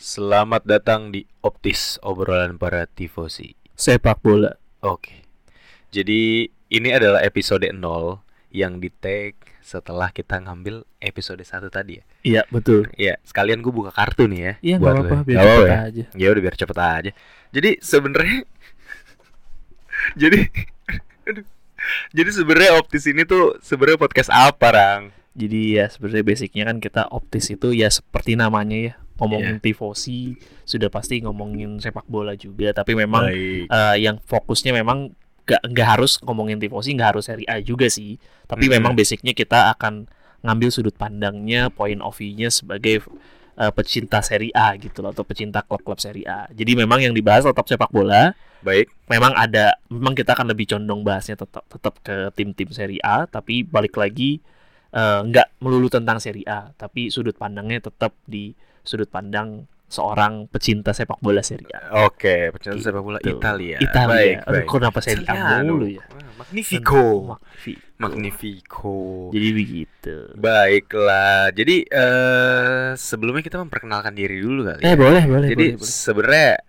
Selamat datang di Optis, obrolan para tifosi sepak bola. Oke. Jadi ini adalah episode 0 yang di-tag setelah kita ngambil episode 1 tadi ya. Iya betul. Iya, sekalian gue buka kartu nih ya. Iya buat nggak apa-apa, lo. biar Nggak cepet apa-apa aja. Ya udah biar cepet aja. Jadi sebenarnya jadi aduh. Jadi sebenarnya Optis ini tuh sebenarnya podcast apa, Rang? Jadi ya sebenarnya basicnya kan kita Optis itu ya seperti namanya ya, ngomongin tifosi, sudah pasti ngomongin sepak bola juga. Tapi memang Baik. yang fokusnya memang nggak harus ngomongin tifosi, nggak harus Serie A juga sih. Tapi memang basicnya kita akan ngambil sudut pandangnya, point of view-nya sebagai pecinta Serie A gitu loh, atau pecinta klub-klub Serie A. Jadi memang yang dibahas tetap sepak bola. Baik. Memang kita akan lebih condong bahasnya tetap ke tim-tim Serie A, tapi balik lagi nggak melulu tentang Serie A, tapi sudut pandangnya tetap di sudut pandang seorang pecinta sepak bola Serie A. Oke, pecinta sepak bola Italia. Italia. Baik. Kenapa Serie A mulu ya? Magnifico. Jadi begitu. Baiklah. Jadi sebelumnya kita memperkenalkan diri dulu kali. Boleh. Jadi sebenarnya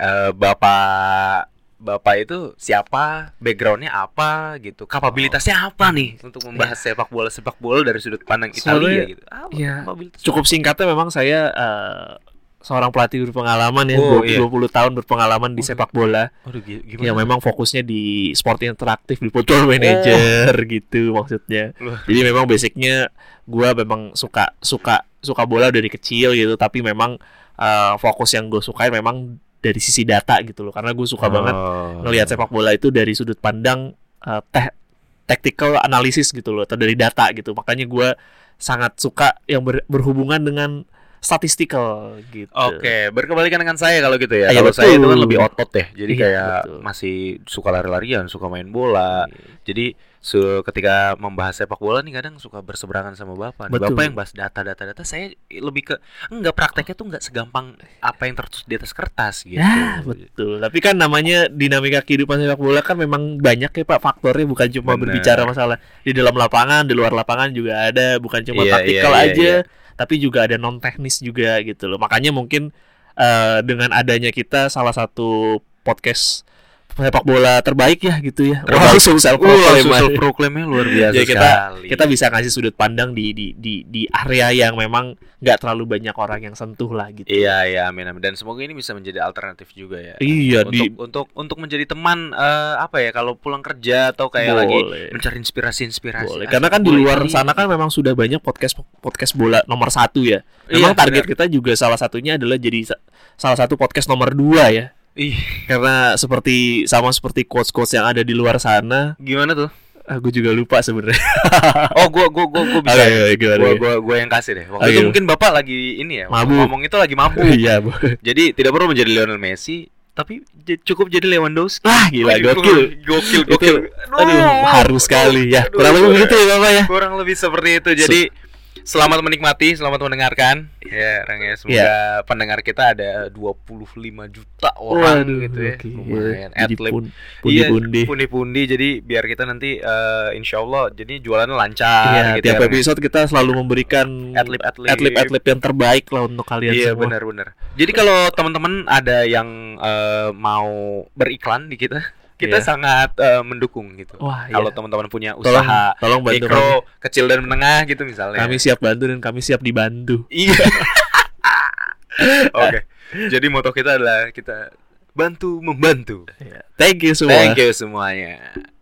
Bapak itu siapa, backgroundnya apa gitu, kapabilitasnya apa nih untuk membahas sepak bola dari sudut pandang Italia gitu. Cukup singkatnya memang saya seorang pelatih berpengalaman ya, 20 tahun berpengalaman di sepak bola. Ya memang fokusnya di sport interaktif, di football manager gitu maksudnya. Jadi memang basicnya gue memang suka bola dari kecil gitu, tapi memang fokus yang gue sukain memang dari sisi data gitu loh, karena gue suka banget ngelihat sepak bola itu dari sudut pandang tactical analysis gitu loh, atau dari data gitu. Makanya gue sangat suka yang berhubungan dengan statistical gitu. Oke, berkebalikan dengan saya kalau gitu ya. Kalau saya itu kan lebih otot ya. Jadi betul. Masih suka lari-larian, suka main bola. Jadi ketika membahas sepak bola nih kadang suka berseberangan sama Bapak. Bapak yang bahas data, saya lebih ke prakteknya tuh enggak segampang apa yang tertulis di atas kertas gitu. Ya, betul. Tapi kan namanya dinamika kehidupan sepak bola kan memang banyak ya Pak faktornya, bukan cuma berbicara masalah di dalam lapangan, di luar lapangan juga ada, bukan cuma taktikal aja. Tapi juga ada non teknis juga gitu loh. Makanya mungkin dengan adanya kita salah satu podcast sepak bola terbaik ya gitu ya. Social proclaimnya luar biasa. Jadi kita bisa kasih sudut pandang di area yang memang nggak terlalu banyak orang yang sentuh lah gitu. Iya, amin. Dan semoga ini bisa menjadi alternatif juga ya. Iya, untuk menjadi teman kalau pulang kerja atau kayak lagi mencari inspirasi. Boleh. Karena kan di luar sana kan memang sudah banyak podcast bola nomor 1 ya. Memang target kita juga salah satunya adalah jadi salah satu podcast nomor 2 ya. Karena seperti quotes yang ada di luar sana. Gimana tuh? Gue juga lupa sebenarnya. Gue bisa. Gue yang kasih deh. Waktu itu mungkin Bapak lagi ini ya. Ngomong itu lagi mabuk. Iya. Jadi tidak perlu menjadi Lionel Messi, tapi cukup jadi Lewandowski. Gila, gokil. Aduh, harus sekali ya. Kurang lebih begitu ya Bapak ya. Kurang lebih seperti itu. Jadi selamat menikmati, selamat mendengarkan. Ya, Rang ya. Semoga pendengar kita ada 25 juta orang gitu ya. Lumayan. Pundi-pundi. Jadi biar kita nanti insyaallah jadi jualannya lancar gitu. Tiap episode kita selalu memberikan atlet yang terbaik lah untuk kalian semua. Iya, benar. Jadi kalau teman-teman ada yang mau beriklan di kita sangat mendukung gitu. Kalau teman-teman punya usaha tolong bantu mikro, kecil dan menengah gitu misalnya. Kami siap bantu dan kami siap dibantu. Iya. Oke. Jadi moto kita adalah kita bantu membantu. Thank you semua. Thank you semuanya.